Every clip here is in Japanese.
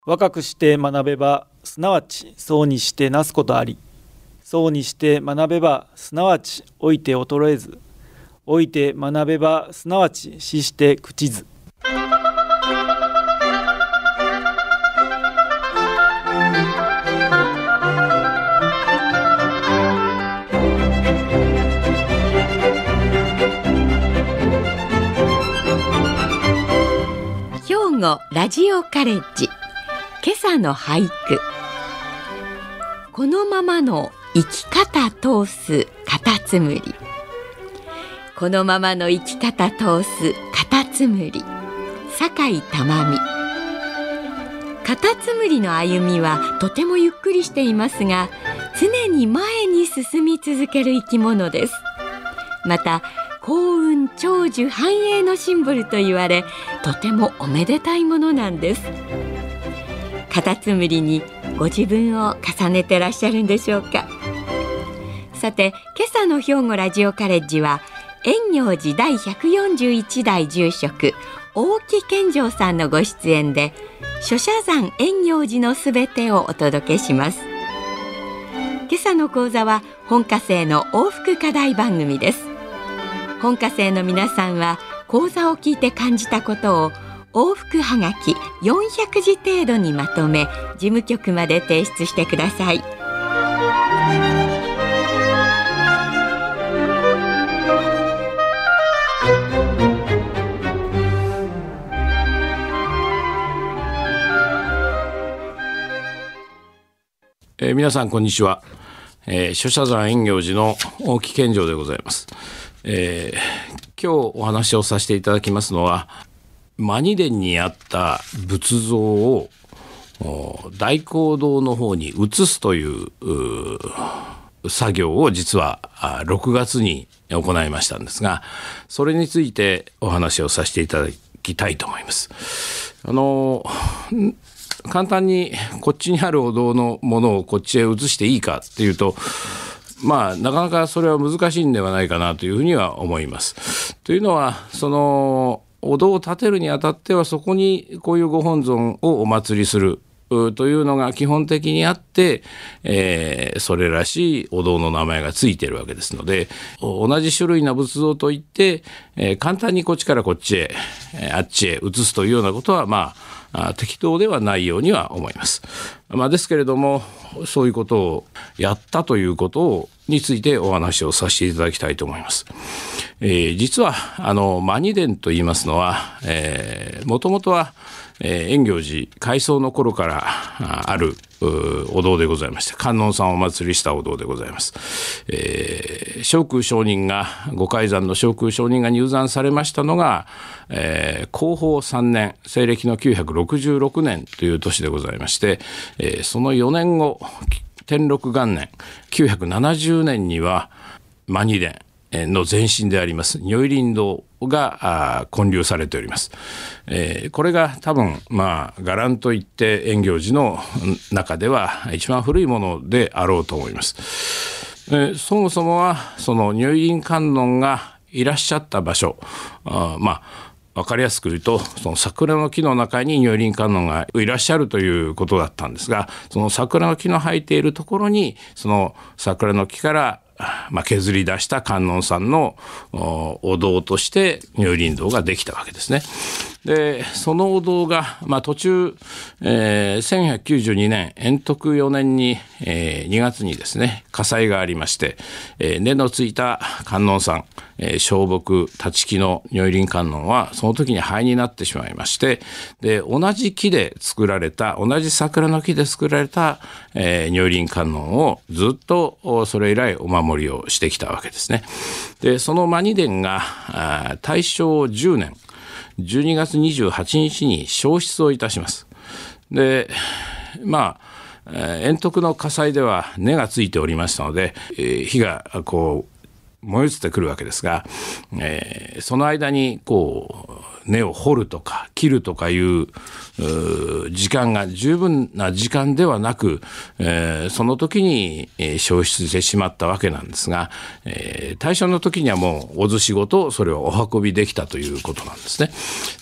若くして学べばすなわちそうにしてなすことあり、そうにして学べばすなわち老いて衰えず、老いて学べばすなわち死して朽ちず。 兵庫ラジオカレッジ今朝の俳句。このままの生き方通すカタツムリ。このままの生き方通すカタツムリ、酒井珠美。カタツムリの歩みはとてもゆっくりしていますが、常に前に進み続ける生き物です。また幸運長寿繁栄のシンボルと言われ、とてもおめでたいものなんです。カタツムリにご自分を重ねてらっしゃるんでしょうか。さて、今朝の兵庫ラジオカレッジは円行寺第141代住職大木健丈さんのご出演で、諸社山円行寺のすべてをお届けします。今朝の講座は本科生の往復課題番組です。本科生の皆さんは講座を聞いて感じたことを往復はがき400字程度にまとめ、事務局まで提出してください。 皆さんこんにちは。諸社山円行寺の大木健丈でございます。今日お話をさせていただきますのは、マニ殿にあった仏像を大講堂の方に移すという作業を実は6月に行いましたんですが、それについてお話をさせていただきたいと思います。簡単にこっちにあるお堂のものをこっちへ移していいかっていうと、なかなかそれは難しいんではないかなというふうには思います。というのは、そのお堂を建てるにあたっては、そこにこういうご本尊をお祭りするというのが基本的にあって、それらしいお堂の名前がついているわけですので、同じ種類の仏像といって、簡単にこっちからこっちへ、あっちへ移すというようなことは適当ではないようには思います。ですけれども、そういうことをやったということについてお話をさせていただきたいと思います。実はマニ殿といいますのは、もともとは円行寺開創の頃からあるお堂でございまして、観音さんをお祭りしたお堂でございます。聖空上人が、御開山の聖空上人が入山されましたのが、弘法3年、西暦の966年という年でございまして、その4年後、天禄元年970年にはマニ殿の前身であります如意輪堂が建立されております。これが多分伽藍といって円行寺の中では一番古いものであろうと思います。そもそもはその如意輪観音がいらっしゃった場所、分かりやすく言うと、その桜の木の中に如意輪観音がいらっしゃるということだったんですが、その桜の木の生えているところに、その桜の木から削り出した観音さんのお堂として如意輪堂ができたわけですね。で、そのお堂が、途中、1192年延徳4年に、2月にですね、火災がありまして、根のついた観音さん、小木立ち木の如意輪観音はその時に灰になってしまいまして、で、同じ木で作られた、同じ桜の木で作られた、如意輪観音をずっとそれ以来お守りをしてきたわけですね。で、そのマニ殿が大正10年12月28日に焼失をいたします。で、延徳の火災では根がついておりましたので、火が燃え移ってくるわけですが、その間に根を掘るとか切るとかいう時間が十分な時間ではなく、その時に消失してしまったわけなんですが、大正の時にはもうお寿司ごとそれをお運びできたということなんですね。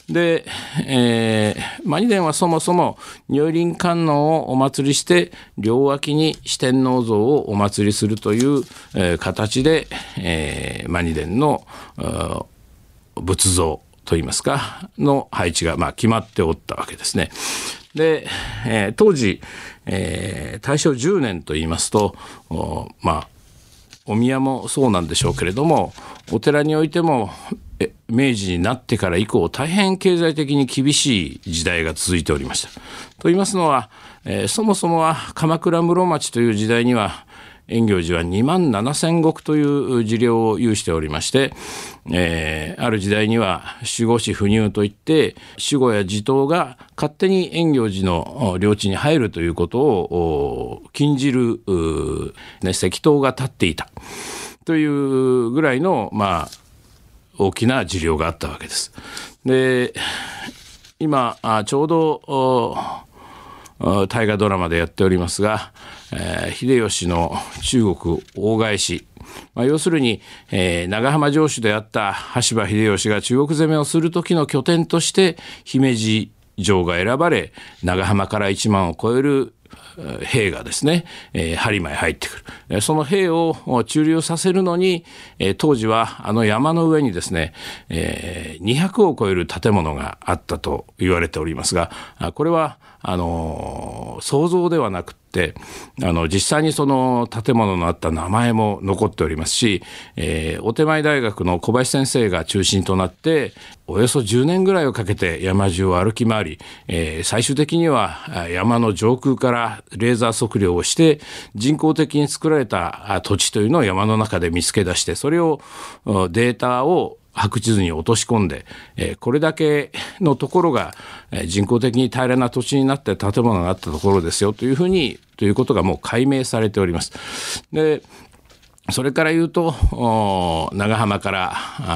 で、マニ殿はそもそも如輪観音をお祭りして両脇に四天王像をお祭りするという、形で、マニ殿の仏像といいますかの配置が決まっておったわけですね。で、当時、大正10年といいますとお宮もそうなんでしょうけれども、お寺においても明治になってから以降大変経済的に厳しい時代が続いておりました。と言いますのは、そもそもは鎌倉室町という時代には円行寺は2万7,000石という地料を有しておりまして、ある時代には守護司不入といって守護や地頭が勝手に円行寺の領地に入るということを禁じる、石塔が立っていたというぐらいの大きな地料があったわけです。で、今ちょうど大河ドラマでやっておりますが、秀吉の中国大返し、要するに、長浜城主であった羽柴秀吉が中国攻めをする時の拠点として姫路城が選ばれ、長浜から1万を超える兵がですね、播磨へ入ってくる。その兵を駐留させるのに、当時はあの山の上にですね、200を超える建物があったと言われておりますが、これは想像ではなくって実際にその建物のあった名前も残っておりますし、お手前大学の小林先生が中心となっておよそ10年ぐらいをかけて山中を歩き回り、最終的には山の上空からレーザー測量をして人工的に作られた土地というのを山の中で見つけ出して、それをデータを白地図に落とし込んで、これだけのところが人工的に平らな土地になって建物があったところですよということがもう解明されております。で、それから言うと長浜から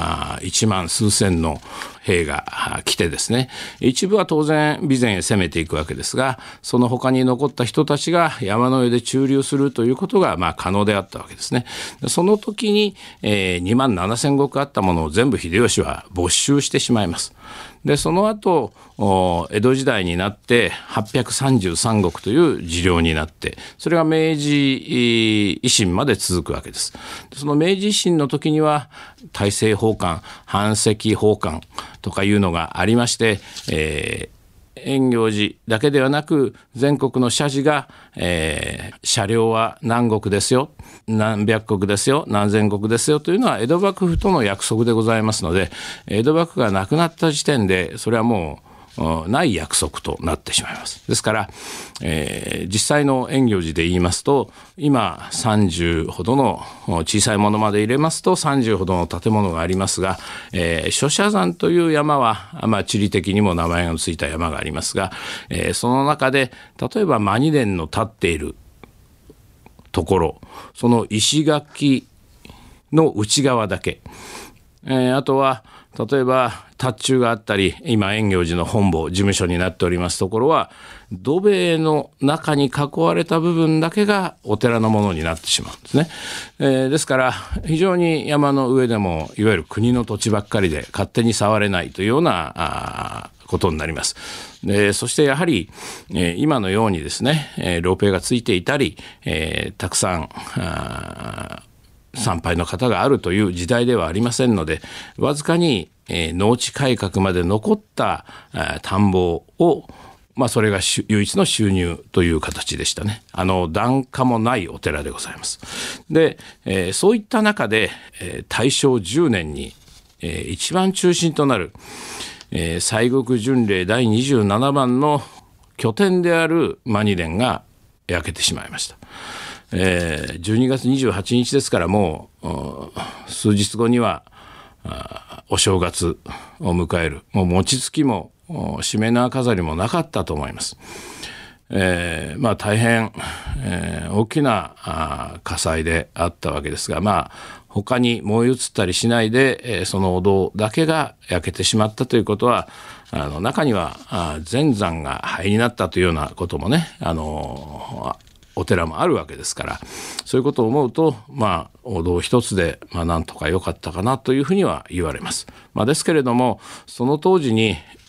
1万数千の兵が来てですね、一部は当然備前へ攻めていくわけですが、その他に残った人たちが山の上で駐留するということが可能であったわけですね。その時に、2万7,000石あったものを全部秀吉は没収してしまいます。で、その後江戸時代になって833石という地料になって、それが明治維新まで続くわけです。その明治維新の時には大政奉還、藩籍奉還とかいうのがありまして、円行寺だけではなく全国の社寺が、車両は何石ですよ、何百石ですよ、何千石ですよというのは江戸幕府との約束でございますので、江戸幕府がなくなった時点でそれはもうない約束となってしまいます。ですから、実際の円行寺で言いますと今30ほどの小さいものまで入れますと30ほどの建物がありますが、諸社山という山は、地理的にも名前がついた山がありますが、その中で例えばマニ殿の立っているところ、その石垣の内側だけ、あとは例えば達中があったり、今円行寺の本坊事務所になっておりますところは土塀の中に囲われた部分だけがお寺のものになってしまうんですね。ですから非常に山の上でもいわゆる国の土地ばっかりで勝手に触れないというようなことになります。で、そしてやはり、今のようにですね、ロープウェイがついていたり、たくさん参拝の方があるという時代ではありませんので、わずかに、農地改革まで残った田んぼを、それが唯一の収入という形でしたね。檀家もないお寺でございます。で、そういった中で、大正10年に、一番中心となる、西国巡礼第27番の拠点であるマニ殿が焼けてしまいました。12月28日ですから、もう数日後にはお正月を迎える。もう餅つきもしめ縄飾りもなかったと思います。大変、大きな火災であったわけですが、他に燃え移ったりしないで、そのお堂だけが焼けてしまったということは、中には全山が灰になったというようなこともね、お寺もあるわけですから、そういうことを思うと、お堂一つで、なんとか良かったかなというふうには言われます。ですけれども、その当時に、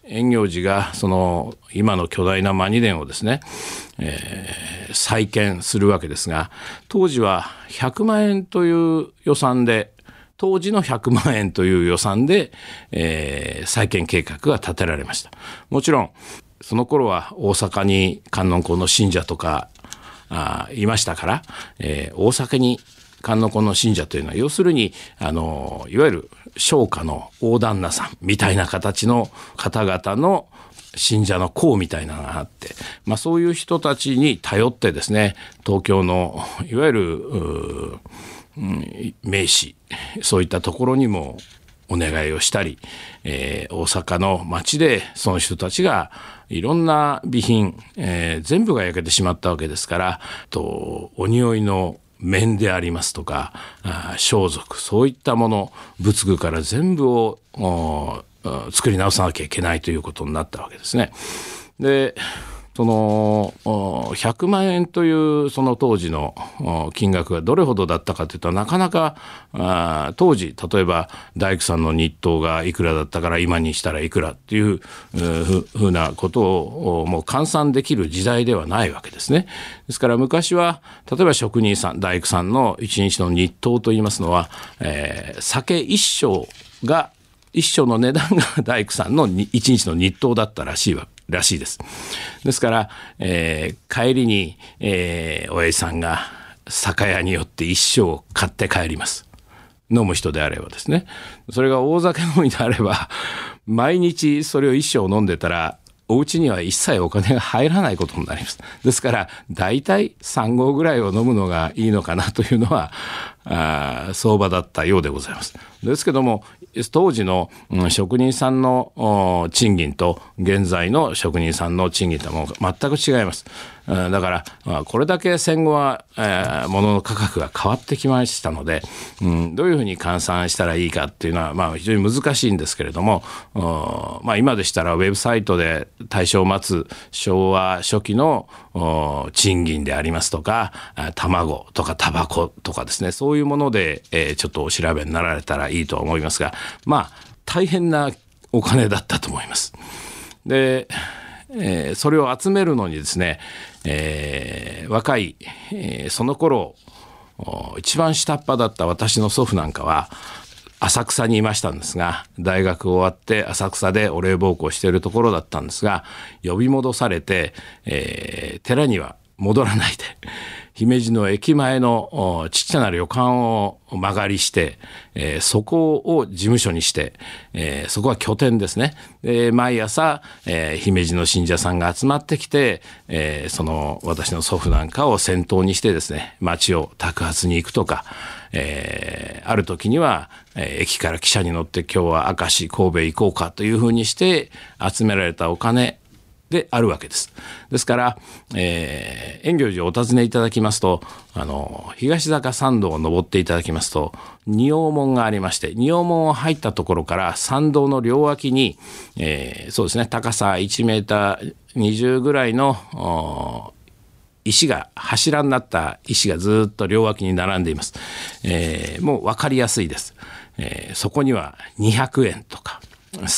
円行寺がその今の巨大なマニ殿をですね、再建するわけですが、当時は100万円という予算で、当時の100万円という予算で、再建計画が立てられました。もちろんその頃は大阪に観音校の信者とかいましたから、大阪に観音校の信者というのは要するにいわゆる商家の大旦那さんみたいな形の方々の信者の校みたいなのがあって、そういう人たちに頼ってですね、東京のいわゆる名士、そういったところにもお願いをしたり、大阪の町でその人たちがいろんな備品、全部が焼けてしまったわけですから、お匂いの面でありますとか装束、そういったもの、仏具から全部を作り直さなきゃいけないということになったわけですね。で、その100万円というその当時の金額がどれほどだったかというと、なかなか当時例えば大工さんの日当がいくらだったから今にしたらいくらっていうふうなことをもう換算できる時代ではないわけですね。ですから昔は例えば職人さん、大工さんの一日の日当といいますのは、酒一升の値段が大工さんの一日の日当だったらしいです。ですから、帰りに、親父さんが酒屋によって一升を買って帰ります。飲む人であればですね。それが大酒飲みであれば毎日それを一升飲んでたらお家には一切お金が入らないことになります。ですから大体3合ぐらいを飲むのがいいのかなというのは相場だったようでございます。ですけども当時の職人さんの賃金と現在の職人さんの賃金とはもう全く違います。だからこれだけ戦後は物の価格が変わってきましたので、どういうふうに換算したらいいかっていうのは非常に難しいんですけれども、今でしたらウェブサイトで大正末昭和初期の賃金でありますとか卵とかタバコとかですね、そういうものでちょっとお調べになられたらいいと思いますが、大変なお金だったと思います。で、それを集めるのにですね、若い、その頃一番下っ端だった私の祖父なんかは浅草にいましたんですが、大学終わって浅草でお礼奉公しているところだったんですが、呼び戻されて、寺には戻らないで姫路の駅前のちっちゃな旅館を間借りして、そこを事務所にして、そこは拠点ですね。で毎朝、姫路の信者さんが集まってきて、その私の祖父なんかを先頭にしてですね、町を托発に行くとか、ある時には、駅から汽車に乗って今日は明石神戸行こうかというふうにして集められたお金であるわけです。ですから、円行寺をお訪ねいただきますと、東坂参道を登っていただきますと仁王門がありまして、仁王門を入ったところから参道の両脇に、そうですね、高さ1メーター20ぐらいの石が、柱になった石がずっと両脇に並んでいます。もう分かりやすいです。そこには200円とか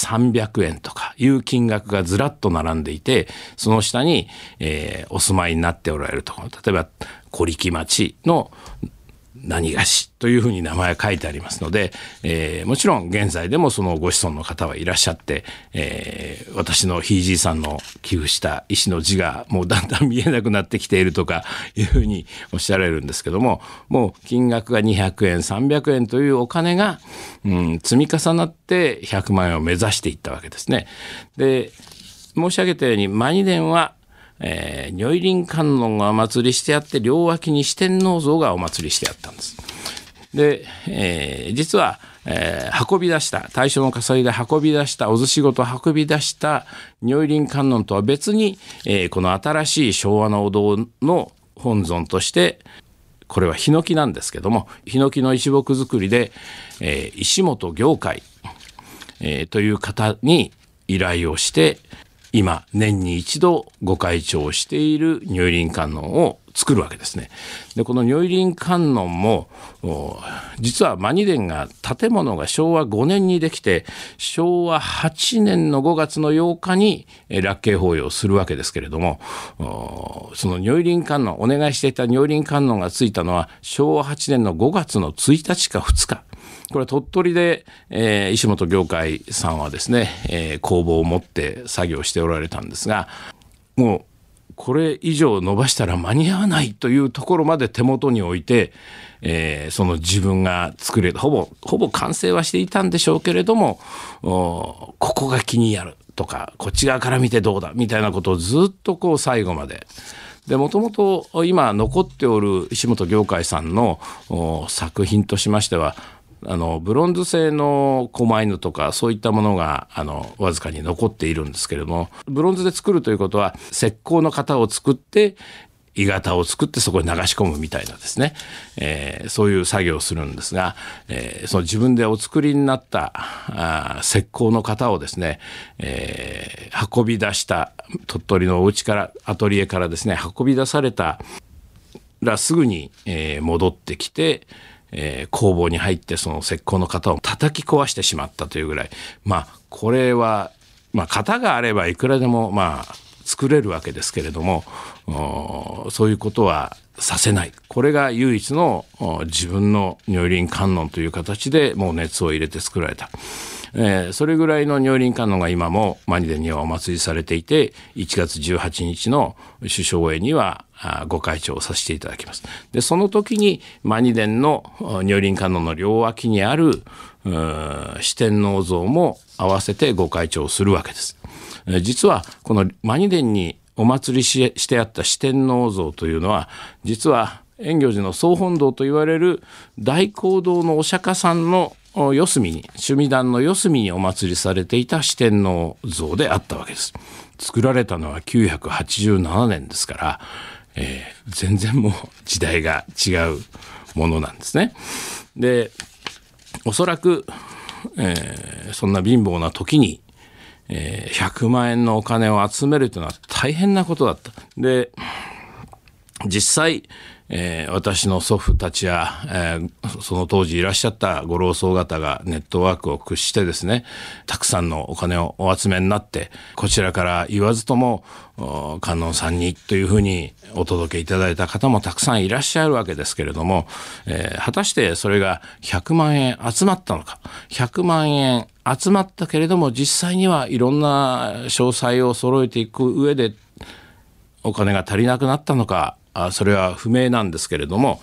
300円とかいう金額がずらっと並んでいて、その下に、お住まいになっておられるところ、例えば小力町の何菓子というふうに名前が書いてありますので、もちろん現在でもそのご子孫の方はいらっしゃって、私のひいじいさんの寄付した石の字がもうだんだん見えなくなってきているとかいうふうにおっしゃられるんですけども、もう金額が200円300円というお金が、積み重なって100万円を目指していったわけですね。で申し上げたようにマニ殿は如意輪観音がお祭りしてあって、両脇に四天王像がお祭りしてあったんです。で、実は、運び出した大正の火災で運び出したお寿司ごと運び出した如意輪観音とは別に、この新しい昭和のお堂の本尊として、これはヒノキなんですけども、ヒノキの石木造りで、石本行会、という方に依頼をして、今年に一度ご開帳している如意輪観音を作るわけですね。でこの如意輪観音も実はマニ殿が建物が昭和5年にできて昭和8年の5月の8日に楽慶法要をするわけですけれども、その如意輪観音お願いしていた如意輪観音がついたのは昭和8年の5月の1日か2日。これは鳥取で、石本行海さんはですね、工房を持って作業しておられたんですが、もうこれ以上伸ばしたら間に合わないというところまで手元に置いて、その自分が作れるほぼ完成はしていたんでしょうけれども、ここが気になるとかこっち側から見てどうだみたいなことをずっとこう最後まで。でもともと今残っておる石本行海さんの作品としましてはブロンズ製の狛犬とかそういったものがわずかに残っているんですけれども、ブロンズで作るということは石膏の型を作って鋳型を作ってそこに流し込むみたいなですね、そういう作業をするんですが、その自分でお作りになった石膏の型をですね、運び出した鳥取のお家からアトリエからですね運び出されたらすぐに、戻ってきて工房に入ってその石膏の型を叩き壊してしまったというぐらい、これは、型があればいくらでも作れるわけですけれども、そういうことはさせない。これが唯一の自分の如意輪観音という形でもう熱を入れて作られた。それぐらいの如意輪観音が今もマニ殿にはお祭りされていて、1月18日の主将会にはご開帳をさせていただきます。でその時にマニ殿の如意輪観音の両脇にある四天王像も合わせてご開帳するわけです。実はこのマニ殿にお祭りしてあった四天王像というのは実は円行寺の総本堂といわれる大講堂のお釈迦さんの四隅に趣味壇の四隅にお祭りされていた四天王像であったわけです。作られたのは987年ですから、全然もう時代が違うものなんですね。でおそらく、そんな貧乏な時に、100万円のお金を集めるというのは大変なことだった。で実際私の祖父たちや、その当時いらっしゃったご老僧方がネットワークを駆使してですねたくさんのお金をお集めになってこちらから言わずとも観音さんにというふうにお届けいただいた方もたくさんいらっしゃるわけですけれども、果たしてそれが100万円集まったのか。100万円集まったけれども実際にはいろんな詳細を揃えていく上でお金が足りなくなったのか、それは不明なんですけれども、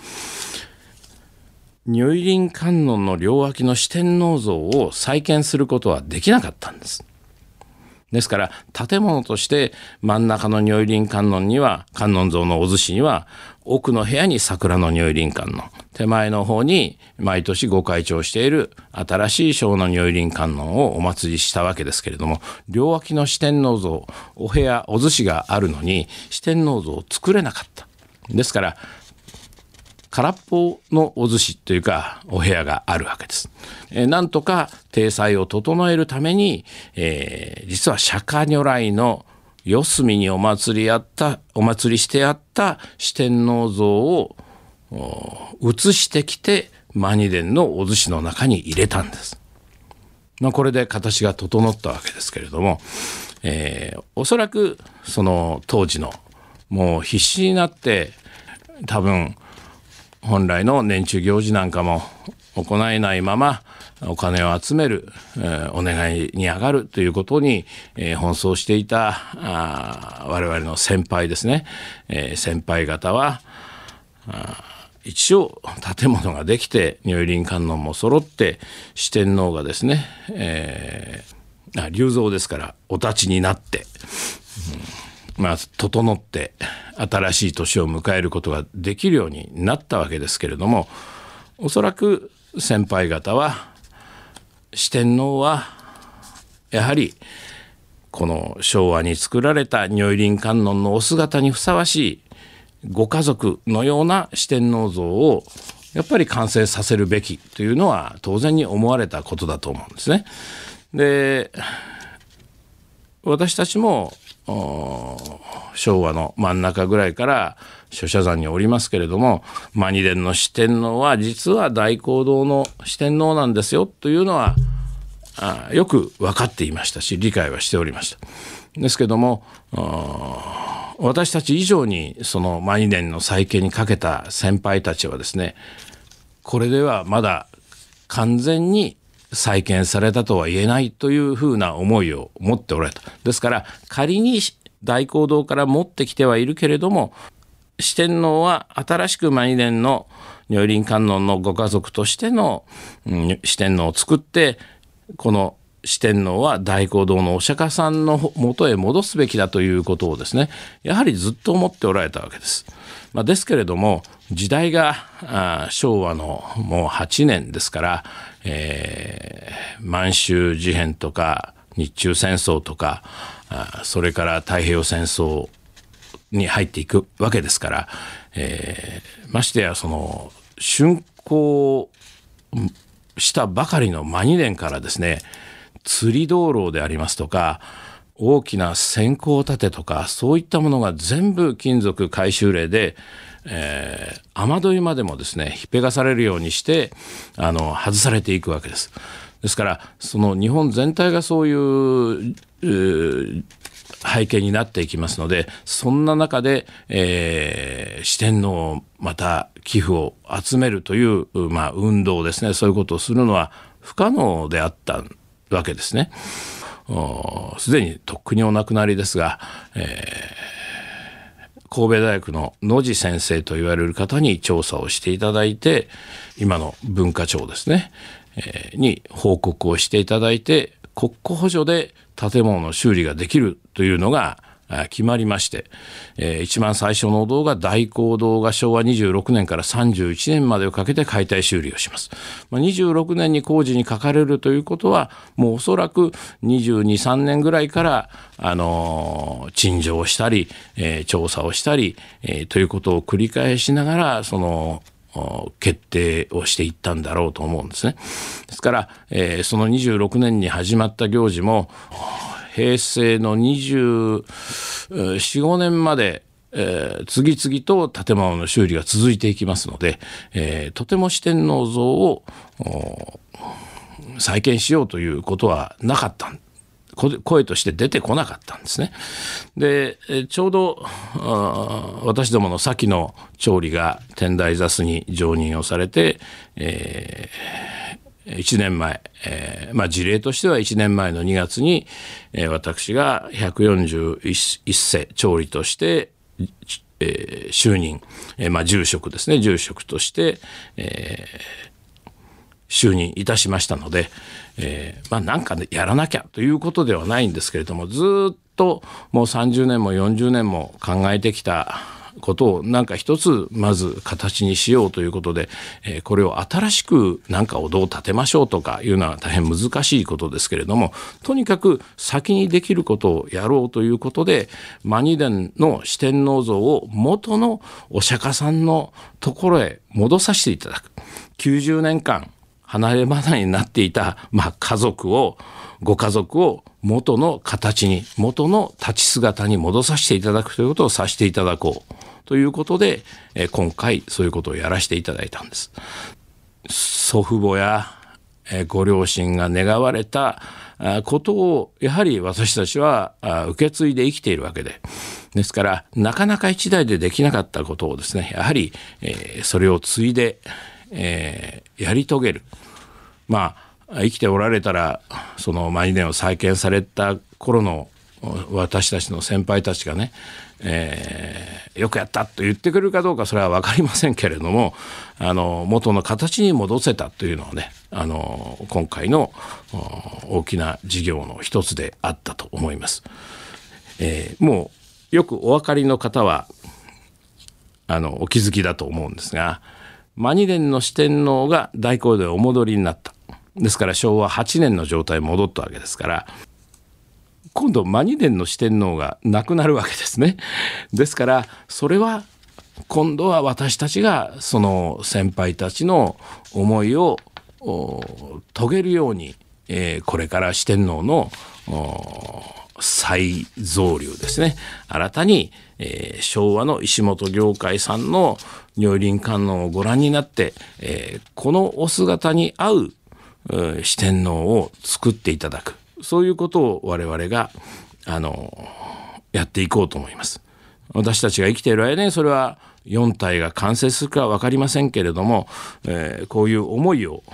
如意輪観音の両脇の四天王像を再建することはできなかったんです。ですから建物として真ん中の如意輪観音には観音像のお厨には奥の部屋に桜の如意輪観音、手前の方に毎年ご開帳している新しい小の如意輪観音をお祭りしたわけですけれども、両脇の四天王像お部屋お厨があるのに四天王像を作れなかった。ですから空っぽのお厨というかお部屋があるわけです。なんとか体裁を整えるために、実は釈迦如来の四隅にお祭りしてあった四天王像を移してきてマニ殿のお厨の中に入れたんです。これで形が整ったわけですけれども、おそらくその当時のもう必死になって多分本来の年中行事なんかも行えないままお金を集める、お願いに上がるということに、奔走していた我々の先輩ですね、先輩方は一応建物ができて如意輪観音も揃って四天王がですね、立像ですからお立ちになって、整って新しい年を迎えることができるようになったわけですけれども、おそらく先輩方は四天王はやはりこの昭和に作られた如意輪観音のお姿にふさわしいご家族のような四天王像をやっぱり完成させるべきというのは当然に思われたことだと思うんですね。で私たちも昭和の真ん中ぐらいから諸社山におりますけれども、マニ殿の四天王は実は大講堂の四天王なんですよというのはよく分かっていましたし、理解はしておりました。ですけども、私たち以上にそのマニ殿の再建にかけた先輩たちはですね、これではまだ完全に再建されたとは言えないというふうな思いを持っておられた。ですから仮に大講堂から持ってきてはいるけれども、四天王は新しくマニ殿の如輪観音のご家族としての四天王を作って、この四天王は大講堂のお釈迦さんの元へ戻すべきだということをですね、やはりずっと思っておられたわけです。ですけれども、時代が昭和のもう8年ですから、満州事変とか日中戦争とか、それから太平洋戦争に入っていくわけですから、ましてやその竣工したばかりのマニ殿からですね、釣り道路でありますとか、大きな線香立てとか、そういったものが全部金属回収令で、雨どいまでもですね、ひっぺがされるようにして外されていくわけです。ですからその日本全体がそういう背景になっていきますので、そんな中で、四天王をまた寄付を集めるという、運動ですね、そういうことをするのは不可能であったわけですね。すでにとっくにお亡くなりですが、神戸大学の野地先生と言われる方に調査をしていただいて、今の文化庁ですね、に報告をしていただいて、国庫補助で建物の修理ができるというのが決まりまして、一番最初のお堂が大講堂が昭和26年から31年までをかけて解体修理をします。26年に工事にかかれるということは、もうおそらく22、3年ぐらいから陳情をしたり、調査をしたり、ということを繰り返しながらその決定をしていったんだろうと思うんですね。ですから、その26年に始まった行事も平成の24、5年まで、次々と建物の修理が続いていきますので、とても四天王像を再建しようということはなかった声として出てこなかったんですね。で、ちょうど私どもの先の長理が天台座主に上任をされて、1年前、事例としては1年前の2月に、私が141世長理として、就任、住職ですね、住職として、就任いたしましたので、なんかやらなきゃということではないんですけれども、ずっともう30年も40年も考えてきたことをなんか一つまず形にしようということで、これを新しくなんかお堂を建てましょうとかいうのは大変難しいことですけれども、とにかく先にできることをやろうということで、マニ殿の四天王像を元のお釈迦さんのところへ戻させていただく。90年間離れ離れになっていた、ご家族を元の形に、元の立ち姿に戻させていただくということをさせていただこうということで、今回そういうことをやらせていただいたんです。祖父母やご両親が願われたことをやはり私たちは受け継いで生きているわけで、ですからなかなか一代でできなかったことをですね、やはりそれを継いでやり遂げる。生きておられたらそのマニ殿を再建された頃の私たちの先輩たちがね、よくやったと言ってくれるかどうかそれは分かりませんけれども、元の形に戻せたというのはね、今回の大きな事業の一つであったと思います。もうよくお分かりの方はお気づきだと思うんですが、マニ殿の四天王が大講堂でお戻りになった。ですから昭和8年の状態に戻ったわけですから、今度マニ殿の四天王がなくなるわけですね。ですからそれは今度は私たちがその先輩たちの思いを遂げるように、これから四天王の再造立ですね。新たに、昭和の石本業界さんの如意輪観音をご覧になって、このお姿に合う四天王を作っていただく、そういうことを我々がやっていこうと思います。私たちが生きている間にそれは4体が完成するかは分かりませんけれども、こういう思いを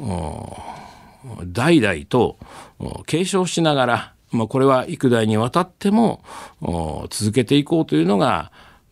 代々と継承しながら、これは幾代にわたっても続けていこうというのが、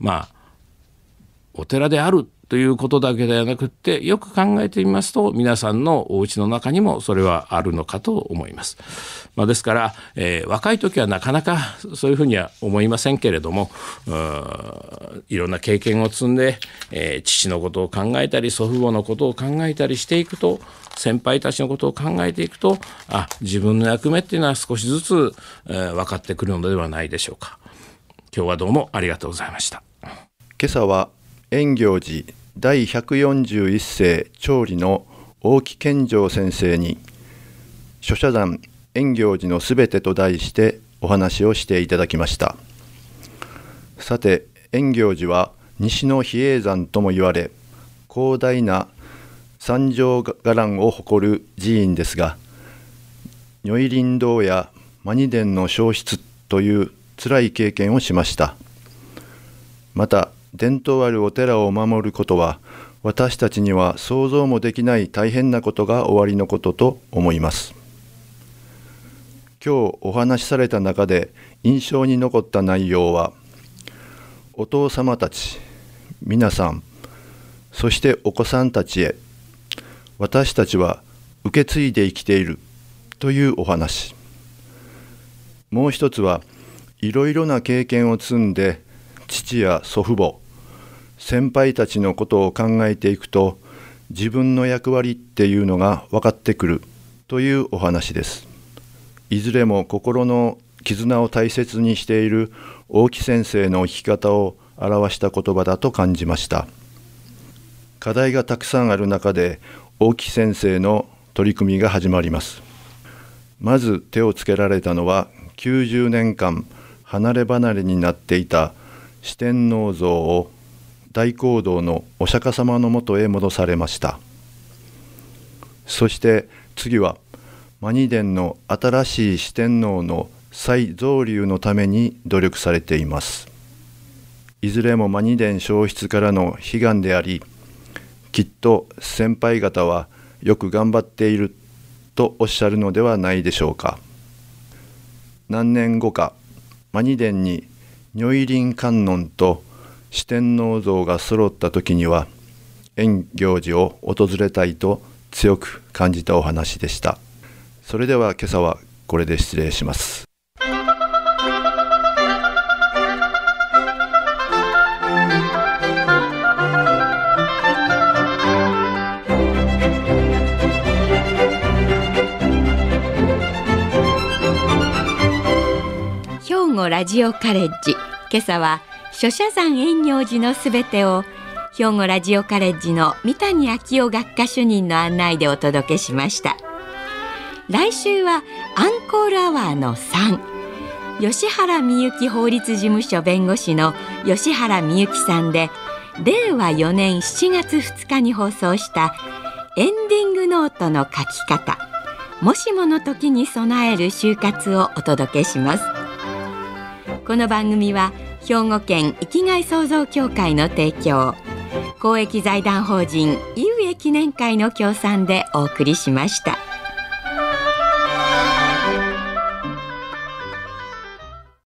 お寺であるということだけではなくって、よく考えてみますと皆さんのお家の中にもそれはあるのかと思います。ですから、若い時はなかなかそういうふうには思いませんけれども、いろんな経験を積んで、父のことを考えたり祖父母のことを考えたりしていくと、先輩たちのことを考えていくと、自分の役目っていうのは少しずつ、分かってくるのではないでしょうか。今日はどうもありがとうございました。 今朝は円行寺第141世長理の大木健丈先生に諸社談円行寺のすべてと題してお話をしていただきました。さて、円行寺は西の比叡山とも言われ、広大な三条伽藍を誇る寺院ですが、如意輪堂や摩尼殿の消失という辛い経験をしました。また、伝統あるお寺を守ることは、私たちには想像もできない大変なことがおありのことと思います。今日お話しされた中で印象に残った内容は、お父様たち、皆さん、そしてお子さんたちへ、私たちは受け継いで生きているというお話。もう一つは、いろいろな経験を積んで、父や祖父母、先輩たちのことを考えていくと、自分の役割っていうのが分かってくるというお話です。いずれも心の絆を大切にしている大木先生の生き方を表した言葉だと感じました。課題がたくさんある中で、大木先生の取り組みが始まります。まず手をつけられたのは、90年間離れ離れになっていた四天王像を大講堂のお釈迦様のもとへ戻されました。そして次は摩尼殿の新しい四天王の再造立のために努力されています。いずれも摩尼殿消失からの悲願であり、きっと先輩方はよく頑張っているとおっしゃるのではないでしょうか。何年後か摩尼殿に如意輪観音と四天王像が揃った時には、円行寺を訪れたいと強く感じたお話でした。それでは今朝はこれで失礼します。 兵庫ラジオカレッジ、今朝は諸社山円行寺のすべてを兵庫ラジオカレッジの三谷昭夫学科主任の案内でお届けしました。来週はアンコールアワーの3、吉原美幸法律事務所弁護士の吉原美幸さんで、令和4年7月2日に放送したエンディングノートの書き方、もしもの時に備える就活をお届けします。この番組は兵庫県生きがい創造協会の提供、公益財団法人井上記念会の協賛でお送りしました。